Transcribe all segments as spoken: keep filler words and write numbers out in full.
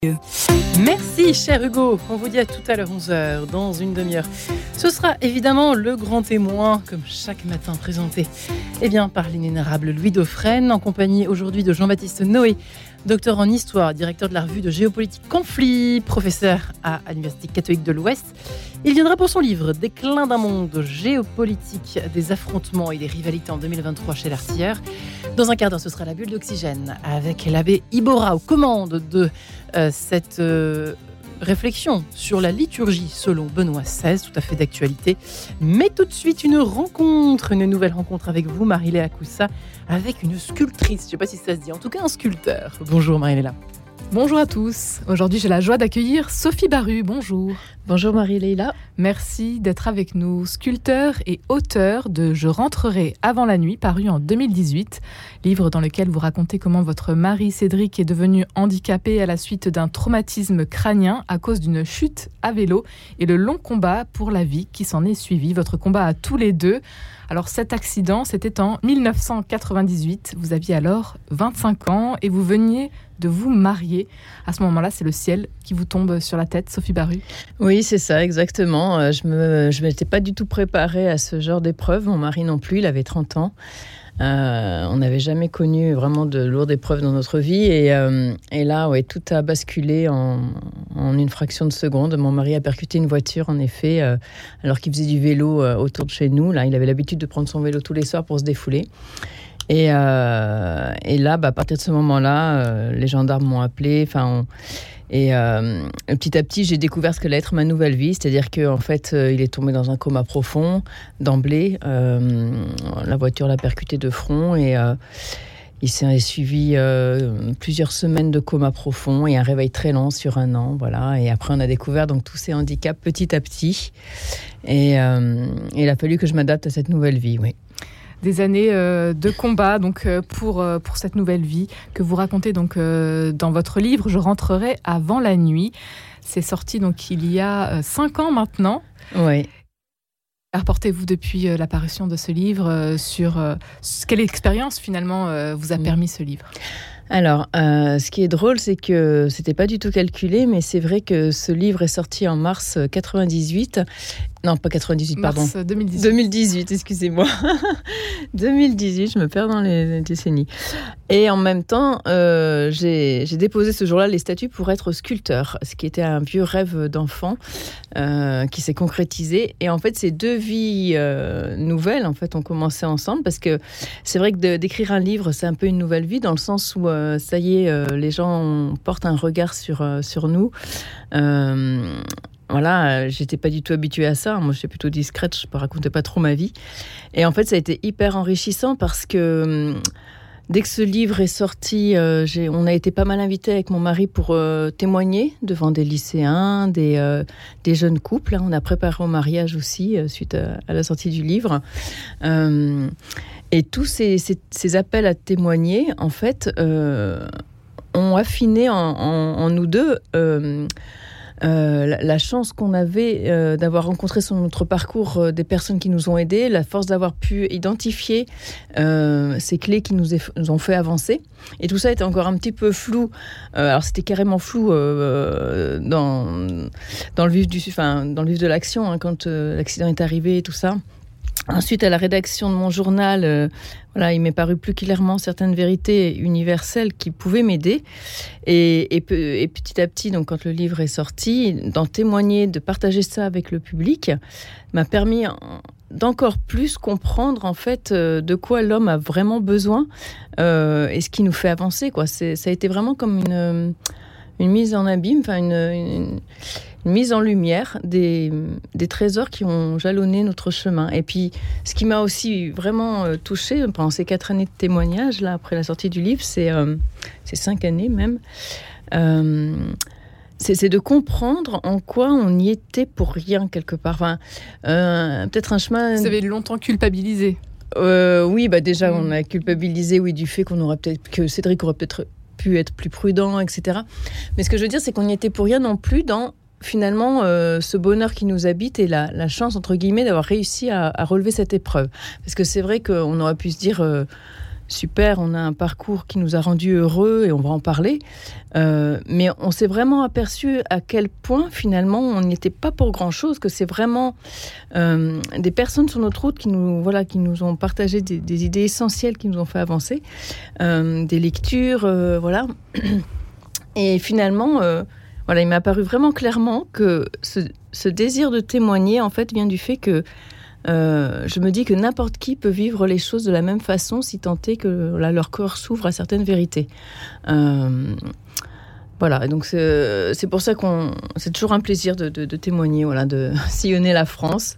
Merci cher Hugo, on vous dit à tout à l'heure onze heures, dans une demi-heure. Ce sera évidemment le grand témoin, comme chaque matin présenté eh bien, par l'inénarrable Louis Dauphren, en compagnie aujourd'hui de Jean-Baptiste Noé, docteur en histoire, directeur de la revue de géopolitique Conflit, professeur à l'Université catholique de l'Ouest. Il viendra pour son livre « Déclin d'un monde géopolitique, des affrontements et des rivalités en deux mille vingt-trois chez l'artilleur ». Dans un quart d'heure, ce sera la bulle d'oxygène avec l'abbé Ibora aux commandes de euh, cette euh, réflexion sur la liturgie selon Benoît seize, tout à fait d'actualité. Mais tout de suite, une rencontre, une nouvelle rencontre avec vous, Marie-Léa Coussa, avec une sculptrice. Je ne sais pas si ça se dit, en tout cas un sculpteur. Bonjour Marie-Léa. Bonjour à tous. Aujourd'hui, j'ai la joie d'accueillir Sophie Baru. Bonjour. Bonjour Marie-Léa. Merci d'être avec nous. Sculpteur et auteur de Je rentrerai avant la nuit, paru en deux mille dix-huit. Livre dans lequel vous racontez comment votre mari Cédric est devenu handicapé à la suite d'un traumatisme crânien à cause d'une chute à vélo et le long combat pour la vie qui s'en est suivi. Votre combat à tous les deux. Alors cet accident, c'était en dix-neuf cent quatre-vingt-dix-huit. Vous aviez alors vingt-cinq ans et vous veniez de vous marier. À ce moment-là, c'est le ciel qui vous tombe sur la tête, Sophie Baru. Oui, c'est ça, exactement. Je me, je m'étais pas du tout préparée à ce genre d'épreuve. Mon mari non plus, il avait trente ans. Euh, on n'avait jamais connu vraiment de lourdes épreuves dans notre vie. Et, euh, et là, ouais, tout a basculé en, en une fraction de seconde. Mon mari a percuté une voiture, en effet, euh, alors qu'il faisait du vélo euh, autour de chez nous. Là, il avait l'habitude de prendre son vélo tous les soirs pour se défouler. Et, euh, et là, bah, à partir de ce moment-là, euh, les gendarmes m'ont appelé. On, et euh, petit à petit, j'ai découvert ce que allait être ma nouvelle vie. C'est-à-dire qu'en fait, euh, il est tombé dans un coma profond d'emblée. Euh, la voiture l'a percuté de front et euh, il s'est suivi euh, plusieurs semaines de coma profond et un réveil très lent sur un an. Voilà. Et après, on a découvert donc, tous ces handicaps petit à petit. Et, euh, et il a fallu que je m'adapte à cette nouvelle vie, oui. Des années euh, de combat donc euh, pour euh, pour cette nouvelle vie que vous racontez donc euh, dans votre livre Je rentrerai avant la nuit. C'est sorti donc il y a euh, cinq ans maintenant. Oui. Reportez-vous depuis euh, l'apparition de ce livre euh, sur euh, quelle expérience finalement euh, vous a permis ce livre? Alors, euh, ce qui est drôle, c'est que c'était pas du tout calculé, mais c'est vrai que ce livre est sorti en mars quatre-vingt-dix-huit. Non, pas quatre-vingt-dix-huit, pardon. Mars deux mille dix-huit. deux mille dix-huit, excusez-moi. deux mille dix-huit, je me perds dans les décennies. Et en même temps, euh, j'ai, j'ai déposé ce jour-là les statuts pour être sculpteur, ce qui était un vieux rêve d'enfant euh, qui s'est concrétisé. Et en fait, ces deux vies euh, nouvelles, en fait, ont commencé ensemble parce que c'est vrai que de, d'écrire un livre, c'est un peu une nouvelle vie dans le sens où euh, ça y est, euh, les gens portent un regard sur, euh, sur nous. Euh, Voilà, j'étais pas du tout habituée à ça. Moi, j'étais plutôt discrète, je ne racontais pas trop ma vie. Et en fait, ça a été hyper enrichissant parce que dès que ce livre est sorti, euh, j'ai, on a été pas mal invités avec mon mari pour euh, témoigner devant des lycéens, des, euh, des jeunes couples. On a préparé au mariage aussi euh, suite à, à la sortie du livre. Euh, et tous ces, ces, ces appels à témoigner, en fait, euh, ont affiné en, en, en nous deux... Euh, Euh, la, la chance qu'on avait euh, d'avoir rencontré sur notre parcours euh, des personnes qui nous ont aidés, la force d'avoir pu identifier euh, ces clés qui nous, eff- nous ont fait avancer. Et tout ça était encore un petit peu flou. Euh, alors c'était carrément flou euh, dans, dans, le vif du, enfin, dans le vif de l'action, hein, quand euh, l'accident est arrivé et tout ça. Ensuite, à la rédaction de mon journal, euh, voilà, il m'est paru plus clairement certaines vérités universelles qui pouvaient m'aider. Et, et, et petit à petit, donc, quand le livre est sorti, d'en témoigner, de partager ça avec le public, m'a permis d'encore plus comprendre en fait euh, de quoi l'homme a vraiment besoin euh, et ce qui nous fait avancer, quoi. C'est, ça a été vraiment comme une, une mise en abîme, enfin une... une une mise en lumière des, des trésors qui ont jalonné notre chemin. Et puis, ce qui m'a aussi vraiment euh, touchée pendant ces quatre années de témoignage, là, après la sortie du livre, c'est, euh, c'est cinq années même, euh, c'est, c'est de comprendre en quoi on y était pour rien, quelque part. Enfin, euh, peut-être un chemin... Vous avez longtemps culpabilisé. Euh, oui, bah déjà, mmh. on a culpabilisé, oui, du fait qu'on aurait peut-être... que Cédric aurait peut-être pu être plus prudent, et cetera. Mais ce que je veux dire, c'est qu'on n'y était pour rien non plus dans... finalement, euh, ce bonheur qui nous habite et la, la chance, entre guillemets, d'avoir réussi à, à relever cette épreuve. Parce que c'est vrai qu'on aurait pu se dire, euh, super, on a un parcours qui nous a rendus heureux et on va en parler. Euh, mais on s'est vraiment aperçu à quel point finalement on n'y était pas pour grand-chose, que c'est vraiment euh, des personnes sur notre route qui nous, voilà, qui nous ont partagé des, des idées essentielles qui nous ont fait avancer, euh, des lectures, euh, voilà. Et finalement, euh, voilà, il m'a apparu vraiment clairement que ce, ce désir de témoigner en fait vient du fait que Euh, je me dis que n'importe qui peut vivre les choses de la même façon si tant est que là, leur corps s'ouvre à certaines vérités. Euh, voilà, donc c'est, c'est pour ça qu'on c'est toujours un plaisir de, de, de témoigner, voilà, de sillonner la France,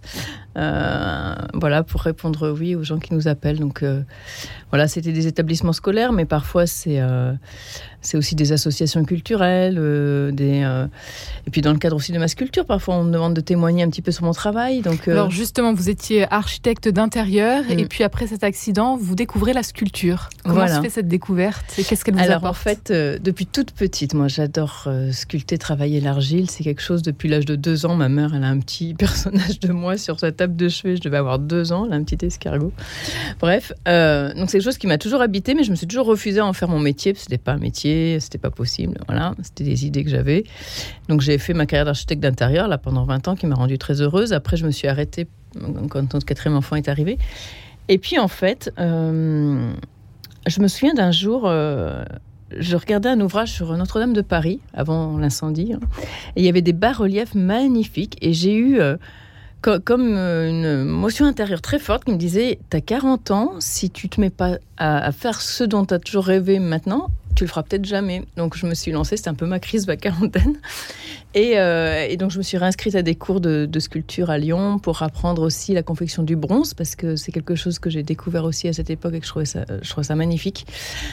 euh, voilà, pour répondre oui aux gens qui nous appellent. Donc euh, voilà, c'était des établissements scolaires, mais parfois c'est euh, c'est aussi des associations culturelles, euh, des euh, et puis dans le cadre aussi de ma sculpture, parfois on me demande de témoigner un petit peu sur mon travail. Donc euh... alors justement, vous étiez architecte d'intérieur mmh. et puis après cet accident, vous découvrez la sculpture. Comment voilà. se fait cette découverte et qu'est-ce qu'elle vous alors, apporte? En fait, euh, depuis toute petite, moi j'adore euh, sculpter, travailler l'argile. C'est quelque chose depuis l'âge de deux ans. Ma mère, elle a un petit personnage de moi sur sa table de chevet. Je devais avoir deux ans, là, un petit escargot. Bref, euh, donc c'est quelque chose qui m'a toujours habité, mais je me suis toujours refusée à en faire mon métier parce que c'était pas un métier, c'était pas possible. Voilà, c'était des idées que j'avais. Donc j'ai fait ma carrière d'architecte d'intérieur là pendant vingt ans, qui m'a rendue très heureuse. Après, je me suis arrêtée quand notre quatrième enfant est arrivé. Et puis en fait, euh, je me souviens d'un jour. Euh, Je regardais un ouvrage sur Notre-Dame de Paris, avant l'incendie, hein, et il y avait des bas-reliefs magnifiques, et j'ai eu euh, co- comme euh, une motion intérieure très forte qui me disait « T'as quarante ans, si tu te mets pas à, à faire ce dont tu as toujours rêvé maintenant, tu le feras peut-être jamais. » Donc je me suis lancée, c'était un peu ma crise de la quarantaine. Et, euh, et donc je me suis réinscrite à des cours de, de sculpture à Lyon pour apprendre aussi la confection du bronze, parce que c'est quelque chose que j'ai découvert aussi à cette époque et que je trouvais ça, je trouvais ça magnifique,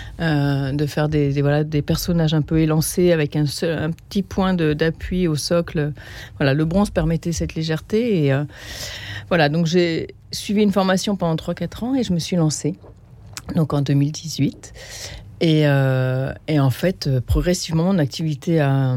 euh, de faire des, des, voilà, des personnages un peu élancés avec un, seul, un petit point de, d'appui au socle. Voilà, le bronze permettait cette légèreté. Et euh, voilà, donc j'ai suivi une formation pendant trois quatre ans et je me suis lancée, donc en deux mille dix-huit. Et, euh, et en fait, euh, progressivement, mon activité a,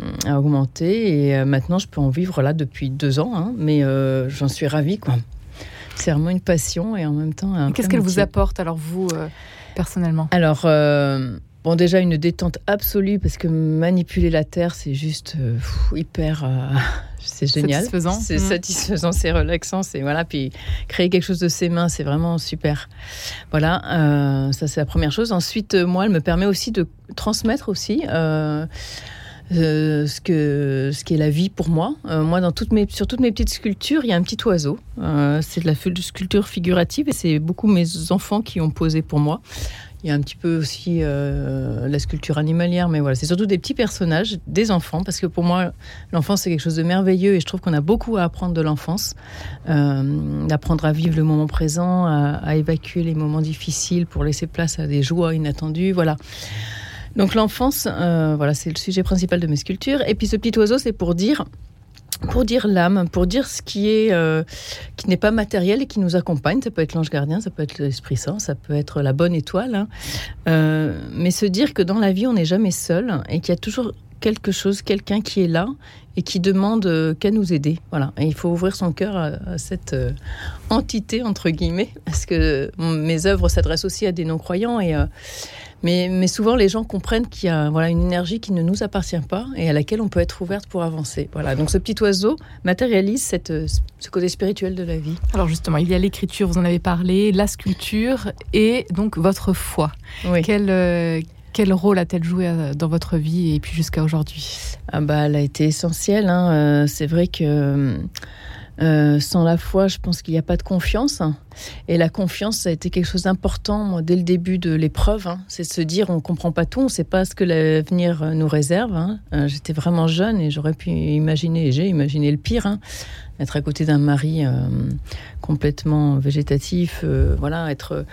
a augmenté et euh, maintenant, je peux en vivre là depuis deux ans, hein, mais euh, j'en suis ravie, quoi. C'est vraiment une passion et en même temps un. Et qu'est-ce qu'elle vous apporte, alors, vous, euh, personnellement? Alors, euh, bon, déjà, une détente absolue, parce que manipuler la terre, c'est juste euh, pff, hyper... Euh, c'est génial. Satisfaisant. C'est mmh. satisfaisant, c'est relaxant, c'est voilà. Puis créer quelque chose de ses mains, c'est vraiment super. Voilà, euh, ça c'est la première chose. Ensuite, moi, elle me permet aussi de transmettre aussi euh, euh, ce que ce qui est la vie pour moi. Euh, moi, dans toutes mes sur toutes mes petites sculptures, il y a un petit oiseau. Euh, c'est de la sculpture figurative et c'est beaucoup mes enfants qui ont posé pour moi. Il y a un petit peu aussi euh, la sculpture animalière, mais voilà, c'est surtout des petits personnages, des enfants, parce que pour moi, l'enfance, c'est quelque chose de merveilleux et je trouve qu'on a beaucoup à apprendre de l'enfance, euh, d'apprendre à vivre le moment présent, à, à évacuer les moments difficiles pour laisser place à des joies inattendues, voilà. Donc l'enfance, euh, voilà, c'est le sujet principal de mes sculptures. Et puis ce petit oiseau, c'est pour dire... pour dire l'âme, pour dire ce qui est euh, qui n'est pas matériel et qui nous accompagne. Ça peut être l'ange gardien, ça peut être l'Esprit Saint, ça peut être la bonne étoile, hein. Euh, mais se dire que dans la vie on n'est jamais seul et qu'il y a toujours quelque chose, quelqu'un qui est là et qui demande euh, qu'à nous aider. Voilà. Et il faut ouvrir son cœur à, à cette euh, entité entre guillemets, parce que mes œuvres s'adressent aussi à des non-croyants et euh, Mais, mais souvent, les gens comprennent qu'il y a voilà, une énergie qui ne nous appartient pas et à laquelle on peut être ouverte pour avancer. Voilà. Donc ce petit oiseau matérialise cette, ce côté spirituel de la vie. Alors justement, il y a l'écriture, vous en avez parlé, la sculpture et donc votre foi. Oui. Quel, euh, quel rôle a-t-elle joué dans votre vie et puis jusqu'à aujourd'hui? Ah bah, elle a été essentielle, hein. Euh, c'est vrai que... Euh, sans la foi, je pense qu'il n'y a pas de confiance. Et la confiance, ça a été quelque chose d'important, moi, dès le début de l'épreuve. Hein. C'est de se dire, on ne comprend pas tout, on ne sait pas ce que l'avenir nous réserve. Hein. Euh, j'étais vraiment jeune et j'aurais pu imaginer, et j'ai imaginé le pire, hein. Être à côté d'un mari euh, complètement végétatif, euh, voilà, être... Euh,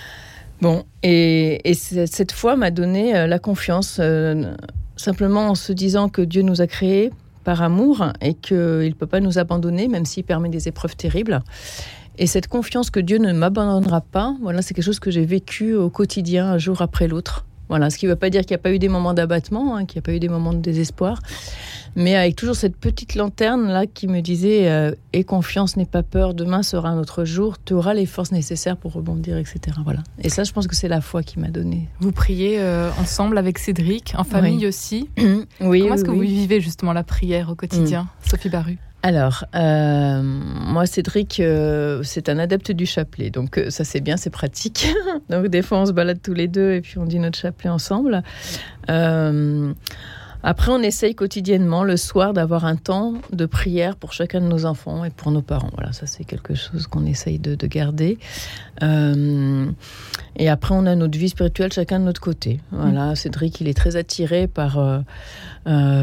bon, et, et cette foi m'a donné euh, la confiance, euh, simplement en se disant que Dieu nous a créés par amour et qu'il ne peut pas nous abandonner, même s'il permet des épreuves terribles. Et cette confiance que Dieu ne m'abandonnera pas, voilà, c'est quelque chose que j'ai vécu au quotidien, un jour après l'autre. Voilà, ce qui ne veut pas dire qu'il n'y a pas eu des moments d'abattement, hein, qu'il n'y a pas eu des moments de désespoir, mais avec toujours cette petite lanterne là qui me disait euh, « Aie confiance, n'aie pas peur, demain sera un autre jour, tu auras les forces nécessaires pour rebondir, et cetera » Voilà. Et ça, je pense que c'est la foi qui m'a donné. Vous priez euh, ensemble avec Cédric, en famille oui. aussi. Oui. Comment est-ce oui, que oui. vous vivez justement la prière au quotidien, mmh. Sophie Baru? Alors, euh, moi, Cédric, euh, c'est un adepte du chapelet. Donc, euh, ça, c'est bien, c'est pratique. Donc, des fois, on se balade tous les deux et puis on dit notre chapelet ensemble. Euh, après, on essaye quotidiennement, le soir, d'avoir un temps de prière pour chacun de nos enfants et pour nos parents. Voilà, ça, c'est quelque chose qu'on essaye de, de garder. Euh, et après, on a notre vie spirituelle, chacun de notre côté. Voilà, Cédric, il est très attiré par... Euh, euh,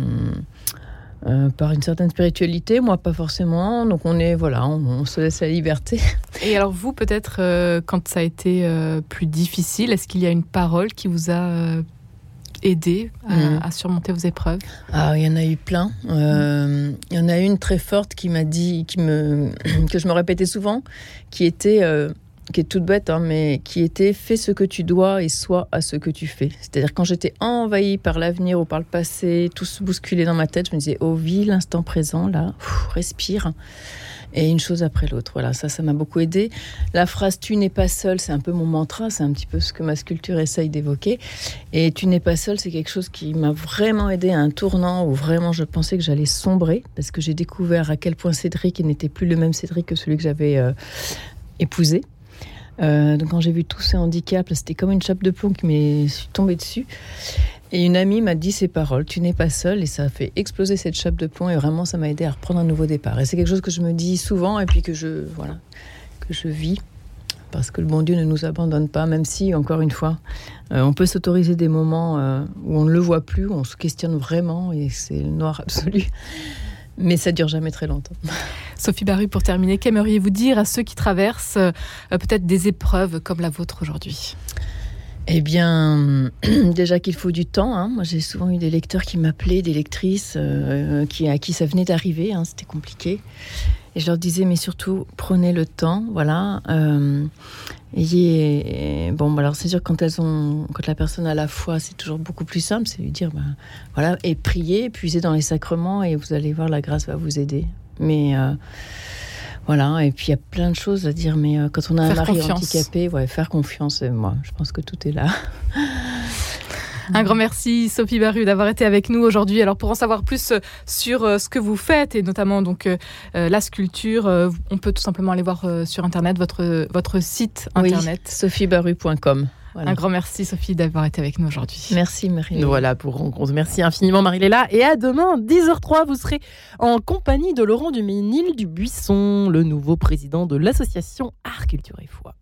Euh, par une certaine spiritualité, moi pas forcément, donc on est voilà, on, on se laisse la liberté. Et alors vous peut-être euh, quand ça a été euh, plus difficile, est-ce qu'il y a une parole qui vous a euh, aidé à, mmh. à surmonter vos épreuves? Ah, il y en a eu plein. Euh, il y en a une très forte qui m'a dit, qui me que je me répétais souvent, qui était euh, qui est toute bête, hein, mais qui était « fais ce que tu dois et sois à ce que tu fais ». C'est-à-dire quand j'étais envahie par l'avenir ou par le passé, tout se bousculait dans ma tête, je me disais « oh, vis l'instant présent, là, pff, respire ». Et une chose après l'autre, voilà, ça, ça m'a beaucoup aidé. La phrase « tu n'es pas seul », c'est un peu mon mantra, c'est un petit peu ce que ma sculpture essaye d'évoquer. Et « tu n'es pas seul », c'est quelque chose qui m'a vraiment aidé à un tournant où vraiment je pensais que j'allais sombrer, parce que j'ai découvert à quel point Cédric n'était plus le même Cédric que celui que j'avais euh, épousé. Euh, donc quand j'ai vu tous ces handicaps, là, c'était comme une chape de plomb qui m'est tombée dessus. Et une amie m'a dit ces paroles, tu n'es pas seule, et ça a fait exploser cette chape de plomb, et vraiment ça m'a aidé à reprendre un nouveau départ. Et c'est quelque chose que je me dis souvent, et puis que je, voilà, que je vis, parce que le bon Dieu ne nous abandonne pas, même si, encore une fois, euh, on peut s'autoriser des moments euh, où on ne le voit plus, où on se questionne vraiment, et c'est le noir absolu. Mais ça ne dure jamais très longtemps. Sophie Baru, pour terminer, qu'aimeriez-vous dire à ceux qui traversent euh, peut-être des épreuves comme la vôtre aujourd'hui? Eh bien, déjà qu'il faut du temps. Hein. Moi, j'ai souvent eu des lecteurs qui m'appelaient, des lectrices euh, qui, à qui ça venait d'arriver. Hein, c'était compliqué. Et je leur disais, mais surtout, prenez le temps. Voilà. Euh, ayez... Bon, alors c'est sûr, quand, elles ont... quand la personne a la foi, c'est toujours beaucoup plus simple. C'est lui dire, ben, voilà, et priez, puisez dans les sacrements, et vous allez voir, la grâce va vous aider. Mais... Euh... Voilà, et puis il y a plein de choses à dire, mais euh, quand on a faire un mari confiance. handicapé, ouais, faire confiance, et moi, je pense que tout est là. Un grand merci Sophie Baru d'avoir été avec nous aujourd'hui. Alors pour en savoir plus sur euh, ce que vous faites, et notamment donc euh, la sculpture, euh, on peut tout simplement aller voir euh, sur internet votre, votre site internet. Oui, sophie baru point com. Voilà. Un grand merci Sophie d'avoir été avec nous aujourd'hui. Merci Marie. Voilà pour rencontre. Merci infiniment Marie-Léla. Et à demain, dix heures zéro trois, vous serez en compagnie de Laurent Duménil du Buisson, le nouveau président de l'association Art, Culture et Foi.